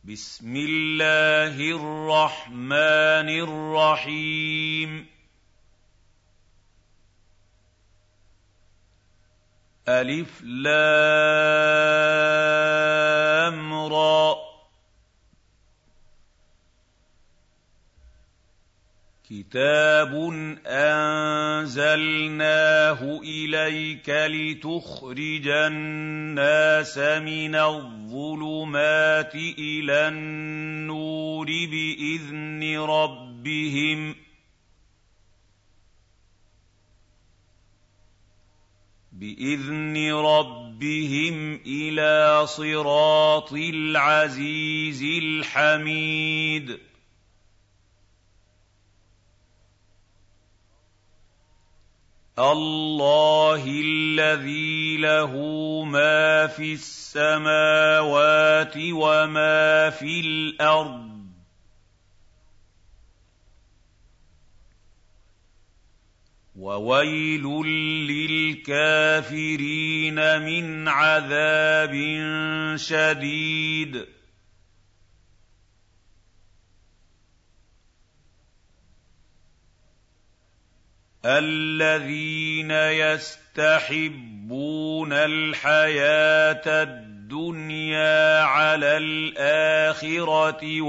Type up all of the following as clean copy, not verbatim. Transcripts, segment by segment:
بسم الله الرحمن الرحيم ألف لام را كتاب أنزلناه إليك لتخرج الناس من الظلمات إلى النور بإذن ربهم إلى صراط العزيز الحميد الله الذي له ما في السماوات وما في الأرض وويل للكافرين من عذاب شديد الذين يستحبون الحياة الدنيا على الآخرة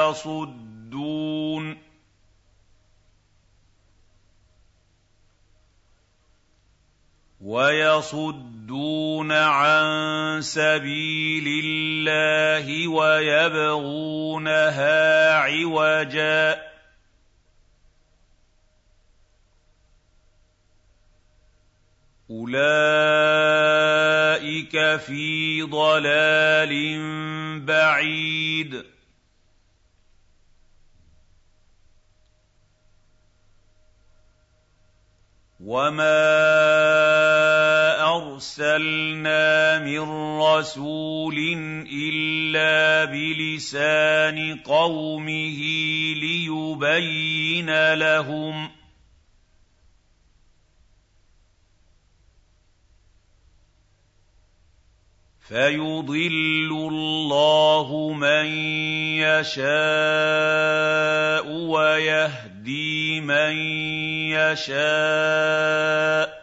ويصدون عن سبيل الله ويبغونها عوجا أولئك في ضلال بعيد وما أرسلنا من رسول إلا بلسان قومه ليبين لهم فيضل الله من يشاء ويهدي من يشاء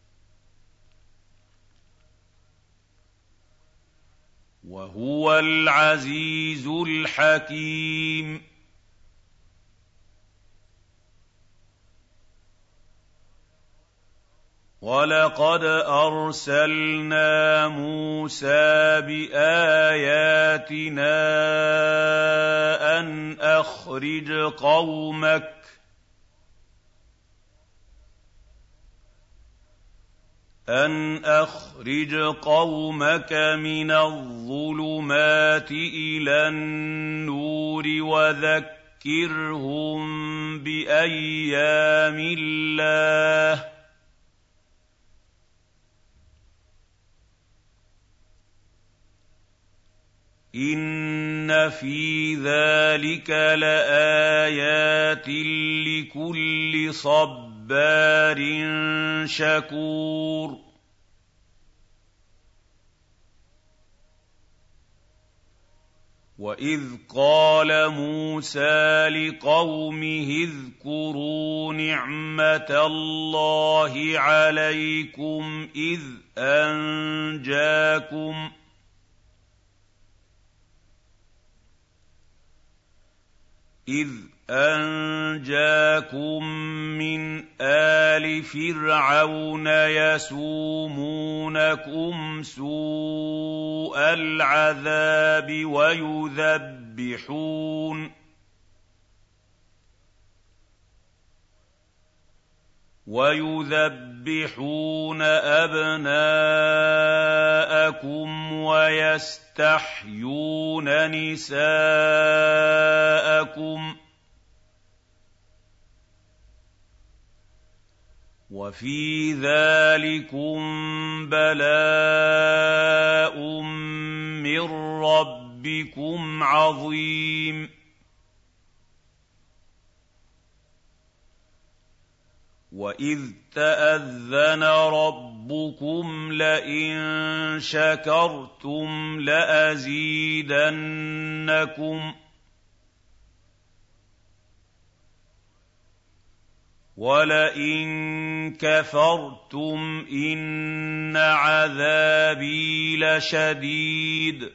وهو العزيز الحكيم وَلَقَدْ أَرْسَلْنَا مُوسَىٰ بِآيَاتِنَا أَنْ أَخْرِجْ قَوْمَكَ مِنَ الظُّلُمَاتِ إِلَى النُّورِ وَذَكِّرْهُم بِأَيَّامِ اللَّهِ ۚ إِنَّ فِي ذَٰلِكَ لَآيَاتٍ لِّكُلِّ صَبَّارٍ شَكُورٍ وَإِذْ قَالَ مُوسَىٰ لِقَوْمِهِ اذْكُرُوا نِعْمَةَ اللَّهِ عَلَيْكُمْ إِذْ أَنجَاكُم مِّنْ آلِ فِرْعَوْنَ يَسُومُونَكُمْ سُوءَ الْعَذَابِ وَيُذَبِّحُونَ أَبْنَاءَكُمْ وَيَسْتَحْيُونَ نِسَاءَكُمْ ۚ وَفِي ذَٰلِكُم بَلَاءٌ مِّن رَّبِّكُمْ عَظِيمٌ وَإِذْ تَأَذَّنَ رَبُّكُمْ رَبُّكُمْ لَئِن شَكَرْتُمْ لَأَزِيدَنَّكُمْ وَلَئِن كَفَرْتُمْ إِنَّ عَذَابِي لَشَدِيدٌ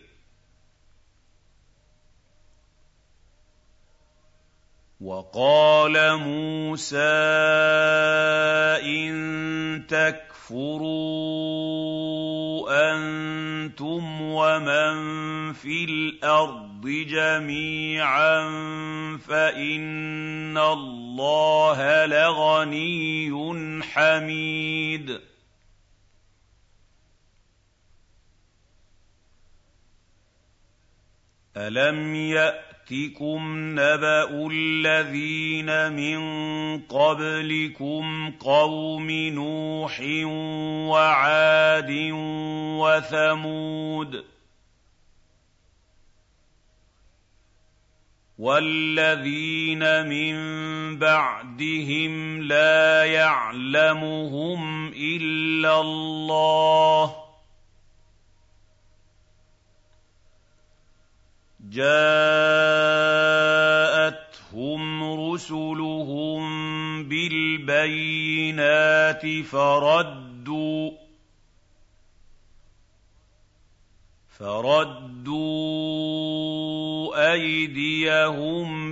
وَقَالَ مُوسَىٰ إِن تَكْفُرُوا أَنتُمْ وَمَن فِي الْأَرْضِ جَمِيعًا فَإِنَّ اللَّهَ لَغَنِيٌّ حَمِيدٌ أَلَمْ يَأْتِكُمْ نَبَأُ الَّذِينَ مِن قَبْلِكُمْ قَوْمِ نُوحٍ وَعَادٍ وَثَمُودَ وَالَّذِينَ مِن بَعْدِهِمْ لَا يَعْلَمُهُمْ إِلَّا اللَّهُ جاءتهم رسلهم بالبينات فردوا أيديهم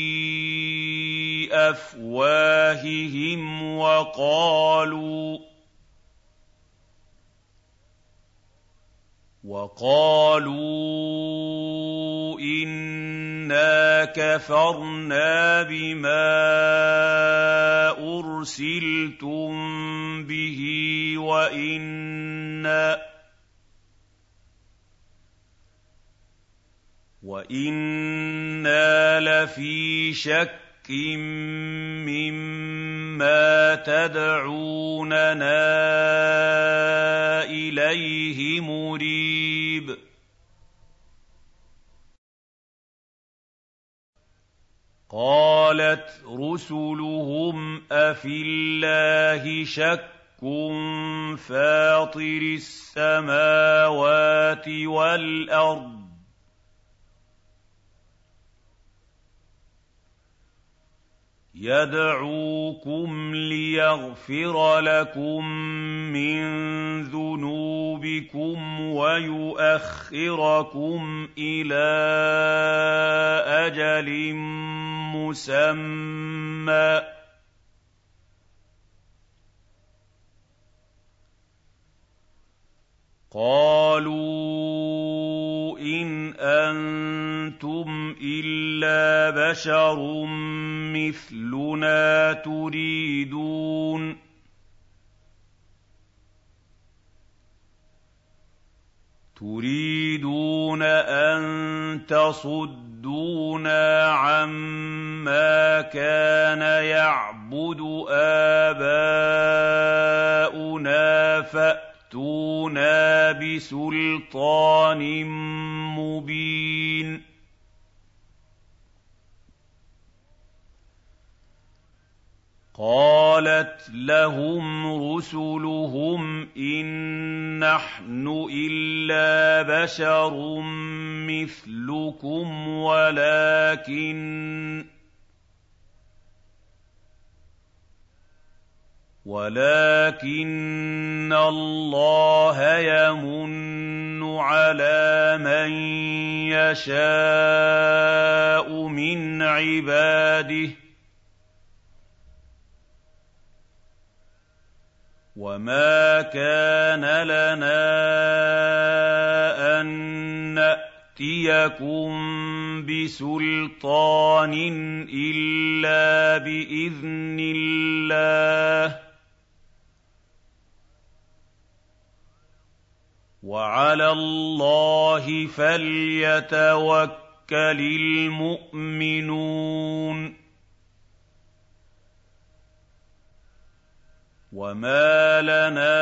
في أفواههم وقالوا إنا كفرنا بما أرسلتم به وإنا لفي شك مما تدعوننا إليه مريب قالت رسلهم أفي الله شك فاطر السماوات والأرض يدعوكم ليغفر لكم من ذنوبكم ويؤخركم إلى أجل مسمى قالوا إن أنتم إلا بشر مثلنا تريدون أن تصدونا عما كان يعبد آباؤنا فأتونا بسلطان مبين قالت لهم رسلهم إن نحن إلا بشر مثلكم ولكن الله يمن على من يشاء من عباده وما كان لنا أن نأتيكم بسلطان إلا بإذن الله وعلى الله فليتوكل المؤمنون وما لنا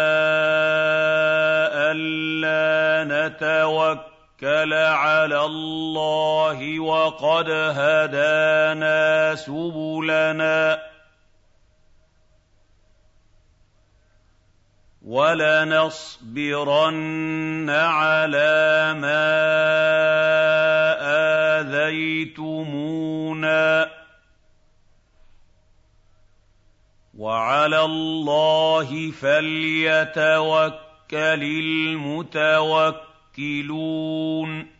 ألا نتوكل على الله وقد هدانا سبلنا وَلَنَصْبِرَنَّ عَلَىٰ مَا آذَيْتُمُونَا ۚ وَعَلَى اللَّهِ فَلْيَتَوَكَّلِ الْمُتَوَكِّلُونَ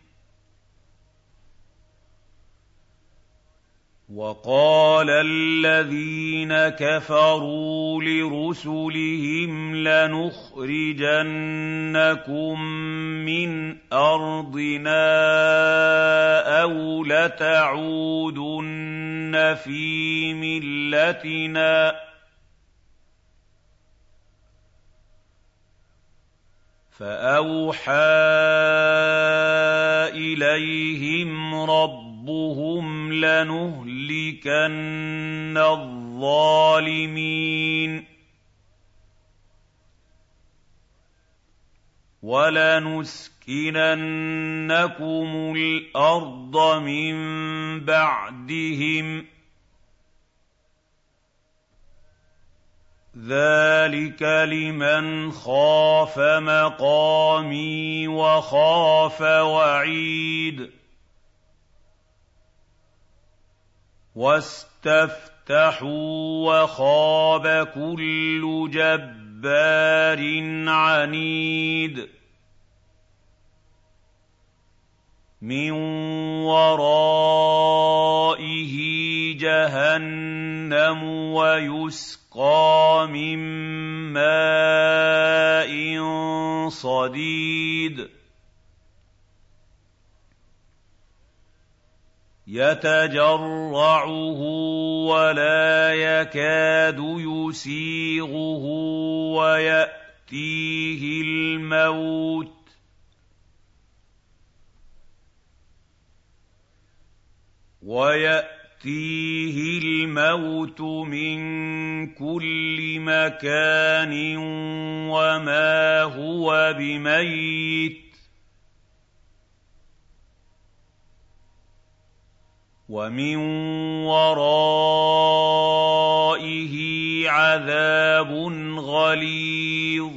وَقَالَ الَّذِينَ كَفَرُوا لِرُسُلِهِمْ لَنُخْرِجَنَّكُم مِّنْ أَرْضِنَا أَوْ لَتَعُودُنَّ فِي مِلَّتِنَا ۖ فَأَوْحَىٰ إِلَيْهِمْ رَبُّهُمْ لَنُهْلِكَنَّ الظَّالِمِينَ وَلَنُسْكِنَنَّكُمُ الْأَرْضَ مِن بَعْدِهِمْ ۚ ذَٰلِكَ لِمَنْ خَافَ مَقَامِي وَخَافَ وَعِيدِ وَاسْتَفْتَحُوا وَخَابَ كُلُّ جَبَّارٍ عَنِيدٍ مِّن وَرَائِهِ جَهَنَّمُ وَيُسْقَىٰ مِن مَّاءٍ صَدِيدٍ يَتَجَرَّعُهُ وَلَا يَكَادُ يُسِيغُهُ وَيَأْتِيهِ الْمَوْتُ مِن كُلِّ مَكَانٍ وَمَا هُوَ بِمَيِّتٍ وَمِن وَرَائِهِ عَذَابٌ غَلِيظٌ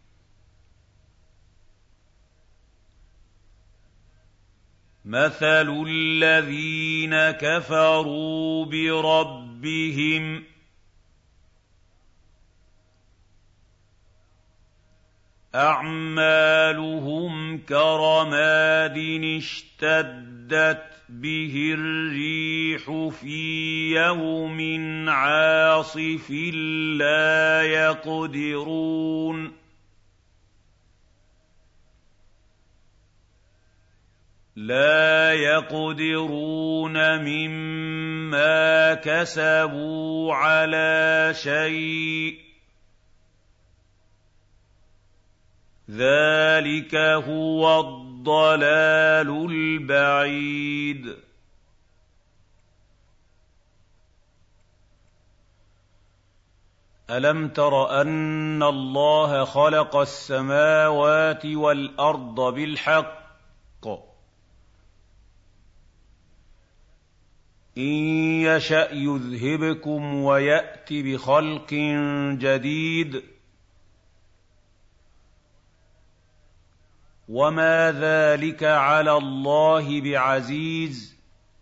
مَثَلُ الَّذِينَ كَفَرُوا بِرَبِّهِمْ أَعْمَالُهُمْ كَرَمَادٍ اشْتَدَّتْ بِهِ الرِّيحُ فِي يَوْمٍ عَاصِفٍ لَّا يَقْدِرُونَ مِمَّا كَسَبُوا عَلَىٰ شَيْءٍ ۚ ذَٰلِكَ هُوَ الضَّلَالُ الْبَعِيدُ أَلَمْ تَرَ أَنَّ اللَّهَ خَلَقَ السَّمَاوَاتِ وَالْأَرْضَ بِالْحَقِّ إِن يَشَأْ يُذْهِبْكُمْ وَيَأْتِ بِخَلْقٍ جَدِيدٍ وَمَا ذَٰلِكَ عَلَى اللَّهِ بِعَزِيزٍ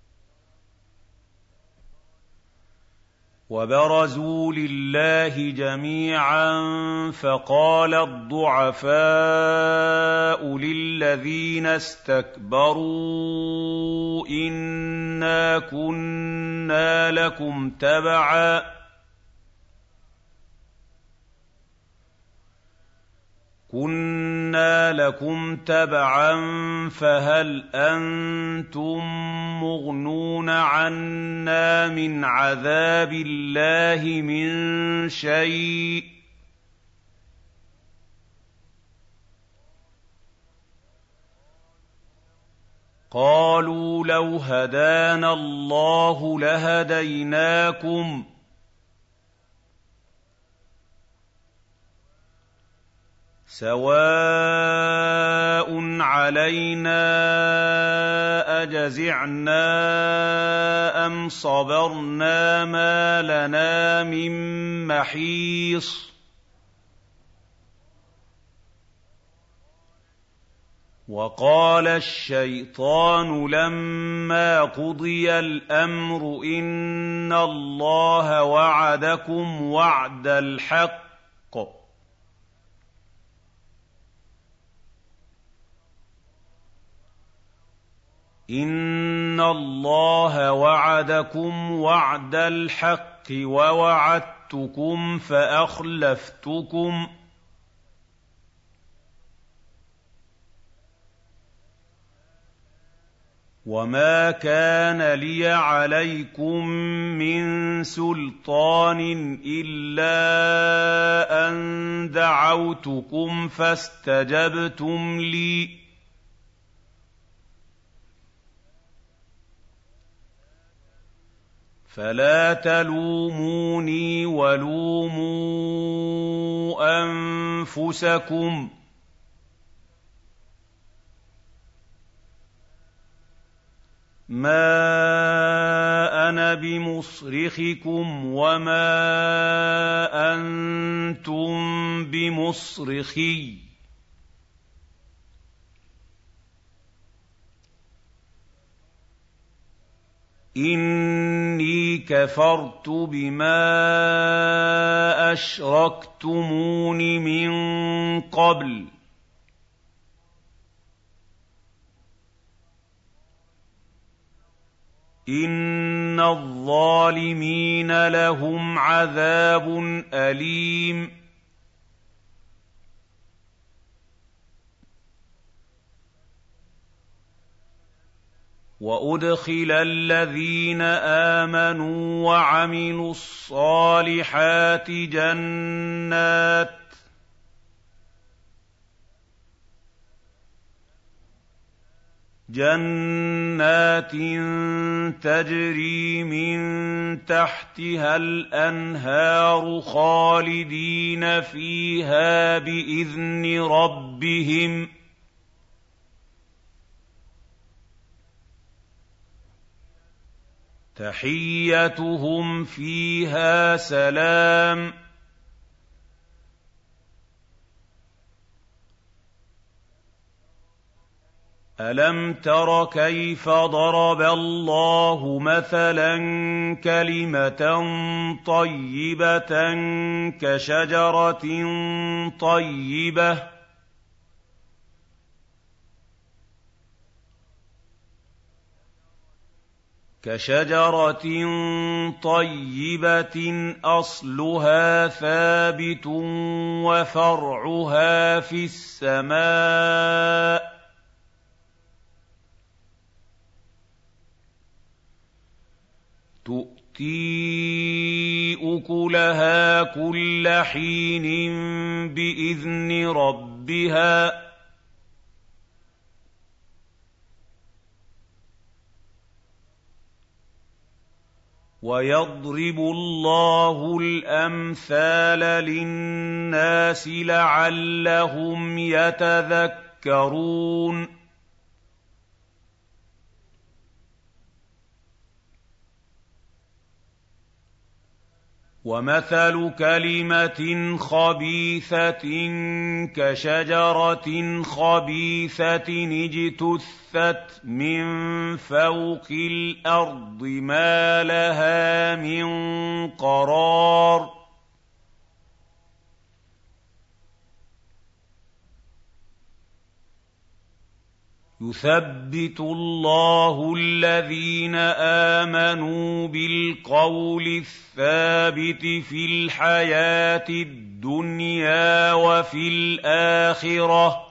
وَبَرَزُوا لِلَّهِ جَمِيعًا فَقَالَ الضُّعَفَاءُ لِلَّذِينَ اسْتَكْبَرُوا إِنَّا كُنَّا لَكُمْ تَبَعًا فَهَلْ أَنتُم مُّغْنُونَ عَنَّا مِنْ عَذَابِ اللَّهِ مِن شَيْءٍ ۚ قَالُوا لَوْ هَدَانَا اللَّهُ لَهَدَيْنَاكُمْ ۖ سَوَاءٌ عَلَيْنَا أَجَزِعْنَا أَمْ صَبَرْنَا مَا لَنَا مِن مَّحِيصٍ وَقَالَ الشَّيْطَانُ لَمَّا قُضِيَ الْأَمْرُ إِنَّ اللَّهَ وَعَدَكُمْ وَعْدَ الْحَقِّ وَوَعَدتُّكُمْ فَأَخْلَفْتُكُمْ ۖ وَمَا كَانَ لِيَ عَلَيْكُم مِّن سُلْطَانٍ إِلَّا أَن دَعَوْتُكُمْ فَاسْتَجَبْتُمْ لِي ۖ فَلَا تَلُومُونِي وَلُومُوا أَنفُسَكُم ۖ مَّا أَنَا بِمُصْرِخِكُمْ وَمَا أَنتُم بِمُصْرِخِيَّ ۖ إِنِّي كَفَرْتُ بِمَا أَشْرَكْتُمُونِ مِن قَبْلُ ۗ إِنَّ الظَّالِمِينَ لَهُمْ عَذَابٌ أَلِيمٌ وَأُدْخِلَ الَّذِينَ آمَنُوا وَعَمِلُوا الصَّالِحَاتِ جَنَّاتٍ تَجْرِي مِن تَحْتِهَا الْأَنْهَارُ خَالِدِينَ فِيهَا بِإِذْنِ رَبِّهِمْ ۖ تَحِيَّتُهُمْ فِيهَا سَلَامٌ. أَلَمْ تَرَ كَيْفَ ضَرَبَ اللَّهُ مَثَلًا كَلِمَةً طَيِّبَةً كَشَجَرَةٍ طَيِّبَةٍ أَصْلُهَا ثَابِتٌ وَفَرْعُهَا فِي السَّمَاءِ ۖ تُؤْتِي أُكُلَهَا كُلَّ حِينٍ بِإِذْنِ رَبِّهَا ۗ وَيَضْرِبُ اللَّهُ الْأَمْثَالَ لِلنَّاسِ لَعَلَّهُمْ يَتَذَكَّرُونَ وَمَثَلُ كَلِمَةٍ خَبِيثَةٍ كَشَجَرَةٍ خَبِيثَةٍ اجْتُثَّتْ مِن فَوْقِ الْأَرْضِ مَا لَهَا مِن قَرَارٍ يُثَبِّتُ اللَّهُ الَّذِينَ آمَنُوا بِالْقَوْلِ الثَّابِتِ فِي الْحَيَاةِ الدُّنْيَا وَفِي الْآخِرَةِ ۖ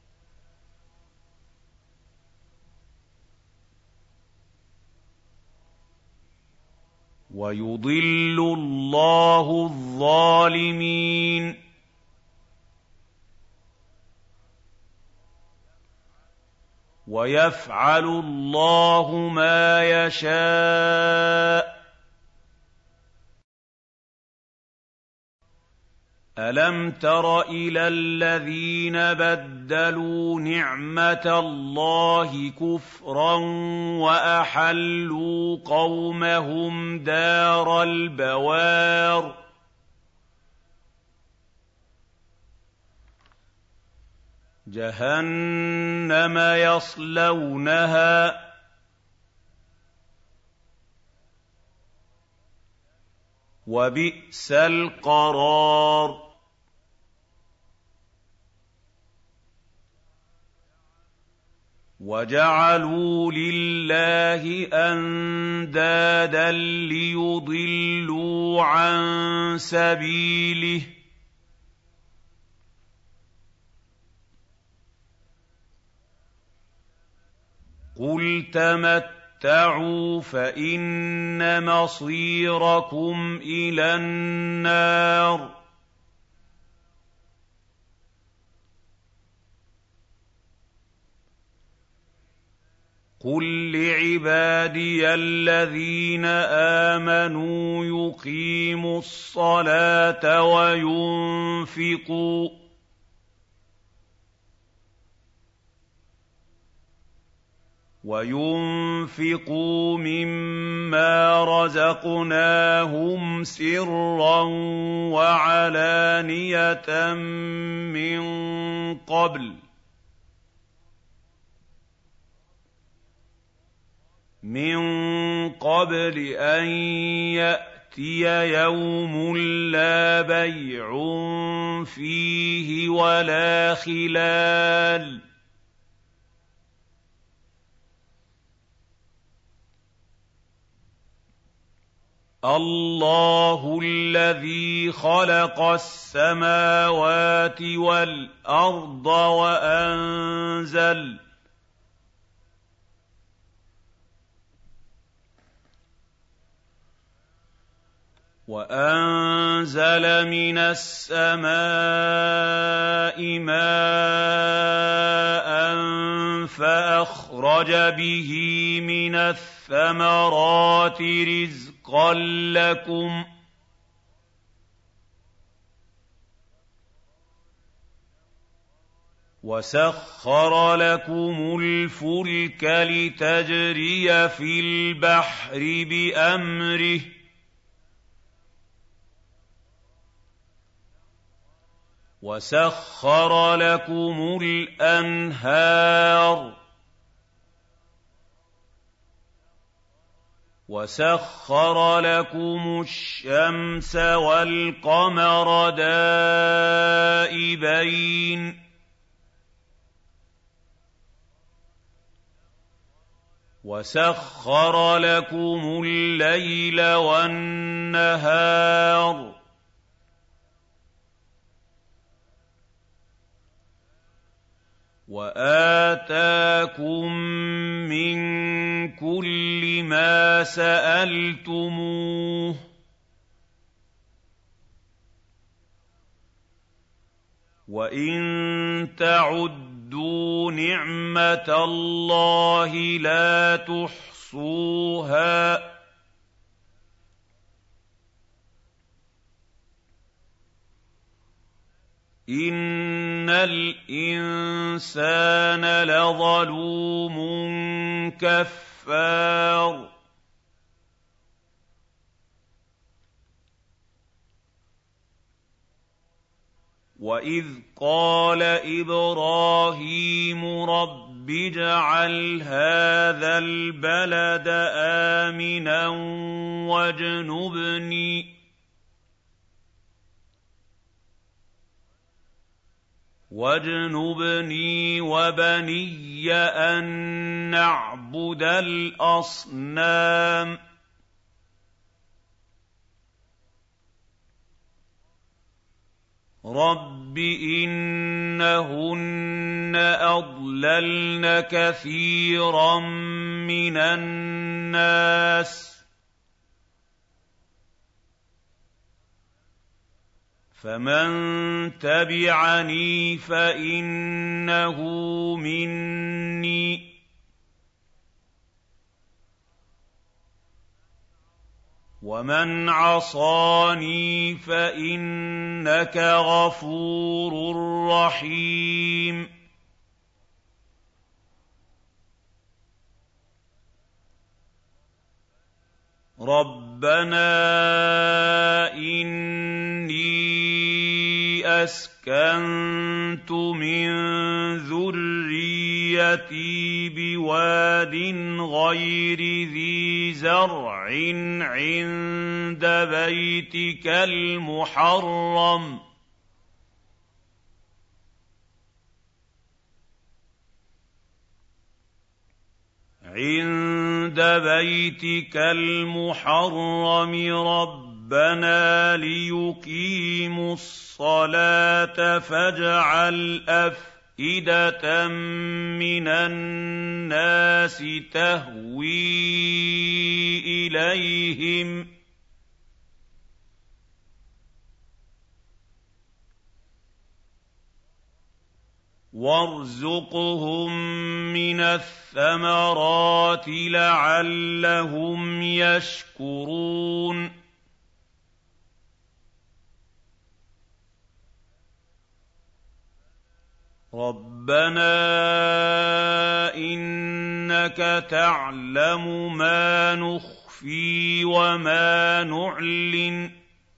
وَيُضِلُّ اللَّهُ الظَّالِمِينَ وَيَفْعَلُ اللَّهُ مَا يَشَاءُ. أَلَمْ تَرَ إِلَى الَّذِينَ بَدَّلُوا نِعْمَةَ اللَّهِ كُفْرًا وَأَحَلُّوا قَوْمَهُمْ دَارَ الْبَوَارِ جَهَنَّمَ يَصْلَوْنَهَا ۖ وَبِئْسَ الْقَرَارُ وَجَعَلُوا لِلَّهِ أَندَادًا لِّيُضِلُّوا عَن سَبِيلِهِ ۗ قُلْ تَمَتَّعُوا فَإِنَّ مَصِيرَكُمْ إِلَى النَّارِ قُل لِّعِبَادِيَ الَّذِينَ آمَنُوا يُقِيمُوا الصَّلَاةَ وَيُنفِقُوا مِمَّا رَزَقْنَاهُمْ سِرًّا وَعَلَانِيَةً مِّن قَبْلِ أَن يَأْتِيَ يَوْمٌ لَّا بَيْعٌ فِيهِ وَلَا خِلَالٌ اللَّهُ الَّذِي خَلَقَ السَّمَاوَاتِ وَالْأَرْضَ وَأَنزَلَ مِنَ السَّمَاءِ مَاءً فَأَخْرَجَ بِهِ مِنَ الثَّمَرَاتِ رِزْقًا لَّكُمْ ۖ وَسَخَّرَ لَكُمُ الْفُلْكَ لِتَجْرِيَ فِي الْبَحْرِ بِأَمْرِهِ ۖ وَسَخَّرَ لَكُمُ الْأَنْهَارَ وَسَخَّرَ لَكُمُ الشَّمْسَ وَالْقَمَرَ دَائِبَيْنِ ۖ وَسَخَّرَ لَكُمُ اللَّيْلَ وَالنَّهَارَ ۚ وَآتَاكُم مِّن كُلِّ مَا سَأَلْتُمُوهُ ۚ وَإِن تَعُدُّوا نِعْمَةَ اللَّهِ لَا تُحْصُوهَا ۗ إِنَّ الْإِنسَانَ لَظَلُومٌ كَفَّارٌ وَإِذْ قَالَ إِبْرَاهِيمُ رَبِّ اجْعَلْ هَٰذَا الْبَلَدَ آمِنًا وَاجْنُبْنِي وَبَنِيَّ أَن نَّعْبُدَ الْأَصْنَامَ رَبِّ إِنَّهُنَّ أَضْلَلْنَ كَثِيرًا مِّنَ النَّاسِ ۖ فَمَن تَبِعَنِي فَإِنَّهُ مِنِّي ۖ وَمَنْ عَصَانِي فَإِنَّكَ غَفُورٌ رَّحِيمٌ رَبَّنَا إِنِّي أَسْكَنتُ مِن ذُرِّيَّتِي بِوَادٍ غَيْرِ ذِي زَرْعٍ عِندَ بَيْتِكَ الْمُحَرَّمِ رَبَّنَا لِيُقِيمُوا الصَّلَاةَ فَاجْعَلْ أَفْئِدَةً مِّنَ النَّاسِ تَهْوِي إِلَيْهِمْ وَارْزُقْهُم مِّنَ الثَّمَرَاتِ لَعَلَّهُمْ يَشْكُرُونَ رَبَّنَا إِنَّكَ تَعْلَمُ مَا نُخْفِي وَمَا نُعْلِنُ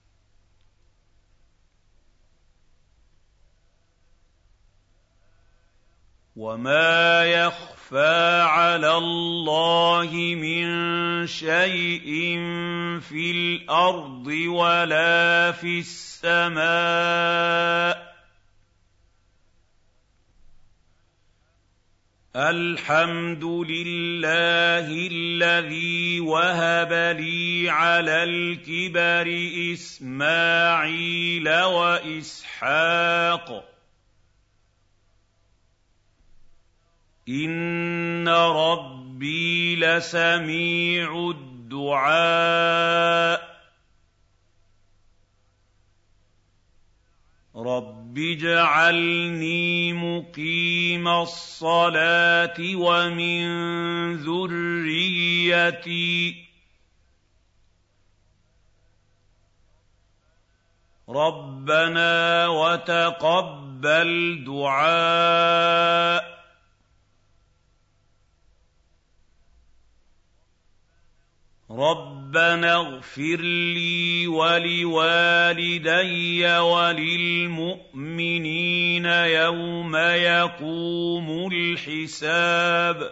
وَمَا يَخْفَىٰ عَلَى اللَّهِ مِن شَيْءٍ فِي الْأَرْضِ وَلَا فِي السَّمَاءِ الْحَمْدُ لِلَّهِ الَّذِي وَهَبَ لِي عَلَى الْكِبَرِ إِسْمَاعِيلَ وَإِسْحَاقَ إِنَّ رَبِّي لَسَمِيعُ الدُّعَاءِ رَبِّ اجْعَلْنِي مُقِيمَ الصَّلَاةِ وَمِن ذُرِّيَّتِي رَبَّنَا وَتَقَبَّلْ دُعَاءِ رَبَّنَا اغْفِرْ لِي وَلِوَالِدَيَّ وَلِلْمُؤْمِنِينَ يَوْمَ يَقُومُ الْحِسَابُ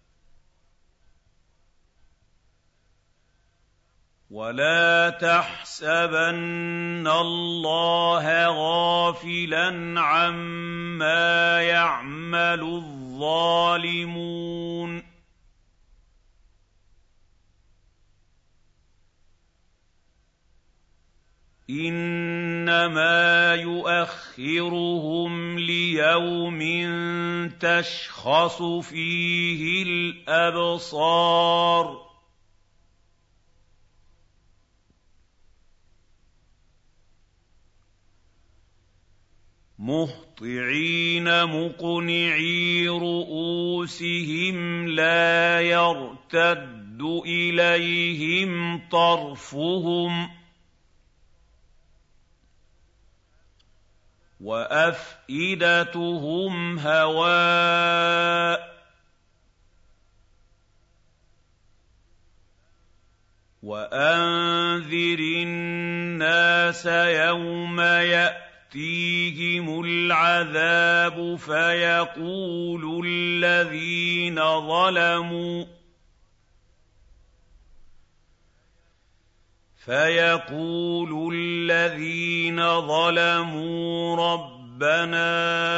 وَلَا تَحْسَبَنَّ اللَّهَ غَافِلًا عَمَّا يَعْمَلُ الظَّالِمُونَ إِنَّمَا يُؤَخِّرُهُمْ لِيَوْمٍ تَشْخَصُ فِيهِ الْأَبْصَارُ مُهْطِعِينَ مُقْنِعِي رُءُوسِهِمْ لَا يَرْتَدُّ إِلَيْهِمْ طَرْفُهُمْ وَأَفْئِدَتُهُمْ هَوَاءٌ وَأَنذِرِ النَّاسَ يَوْمَ يَأْتِيهِمُ الْعَذَابُ فَيَقُولُ الَّذِينَ ظَلَمُوا رَبَّنَا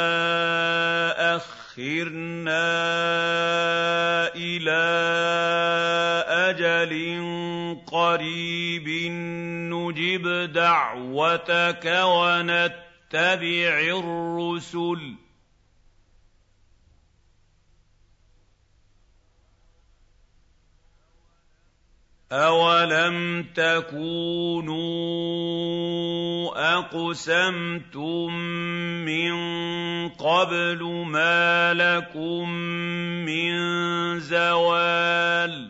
أَخِّرْنَا إِلَىٰ أَجَلٍ قَرِيبٍ نُّجِبْ دَعْوَتَكَ وَنَتَّبِعِ الرُّسُلَ أَوَلَمْ تَكُونُوا أَقْسَمْتُم مِّن قَبْلُ مَا لَكُم مِّن زَوَالٍ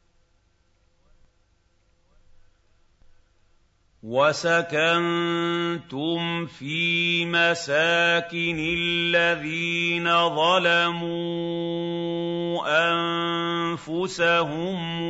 وَسَكَنتُمْ فِي مَسَاكِنِ الَّذِينَ ظَلَمُوا أَنفُسَهُمْ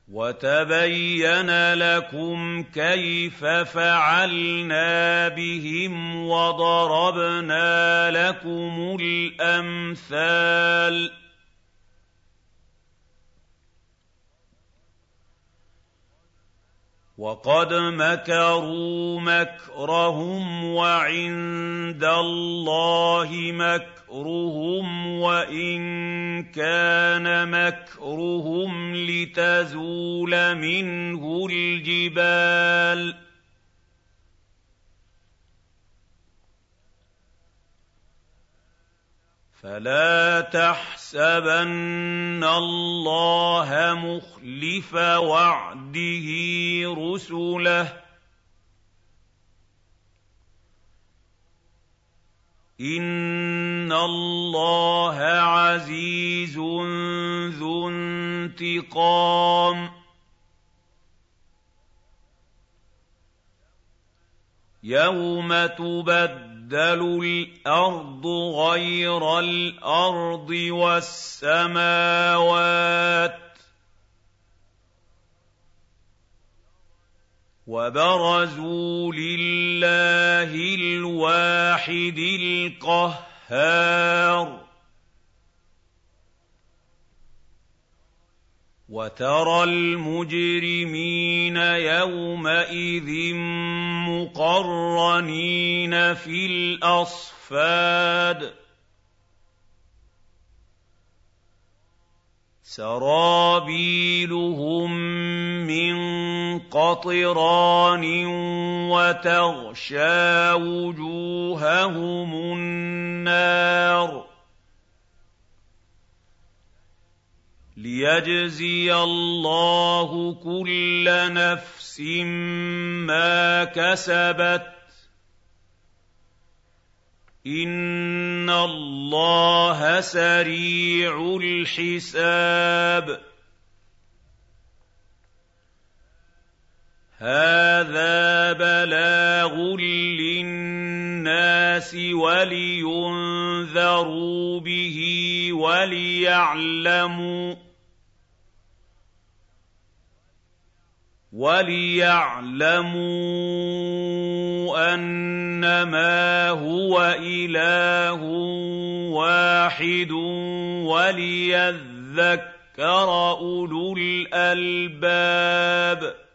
وَتَبَيَّنَ لَكُمْ كَيْفَ فَعَلْنَا بِهِمْ وَضَرَبْنَا لَكُمُ الْأَمْثَالَ ۚ وَقَدْ مَكَرُوا مَكْرَهُمْ وَعِندَ اللَّهِ مَكْرُهُمْ وَإِن كَانَ مَكْرُهُمْ لِتَزُولَ مِنْهُ الْجِبَالُ فَلَا تَحْسَبَنَّ اللَّهَ مُخْلِفَ وَعْدِهِ رُسُلَهُ ۗ إِنَّ اللَّهَ عَزِيزٌ ذُو انتِقَامٍ يَوْمَ تُبَدَّلُ الْأَرْضُ غَيْرَ الْأَرْضِ وَالسَّمَاوَاتُ وَبَرَزُوا لِلَّهِ الْوَاحِدِ الْقَهَّارِ وَتَرَى الْمُجْرِمِينَ يَوْمَئِذٍ مُّقَرَّنِينَ فِي الْأَصْفَادِ سَرَابِيلُهُم مِّن قَطِرَانٍ وَتَغْشَىٰ وُجُوهَهُمُ النَّارُ لِيَجْزِيَ اللَّهُ كُلَّ نَفْسٍ مَّا كَسَبَتْ ۚ إِنَّ اللَّهَ سَرِيعُ الْحِسَابِ هَٰذَا بَلَاغٌ لِّلنَّاسِ وَلِيُنذَرُوا بِهِ وَلِيَعْلَمُوا أَنَّمَا هُوَ إِلَٰهٌ وَاحِدٌ وَلِيَذَّكَّرَ أُولُو الْأَلْبَابِ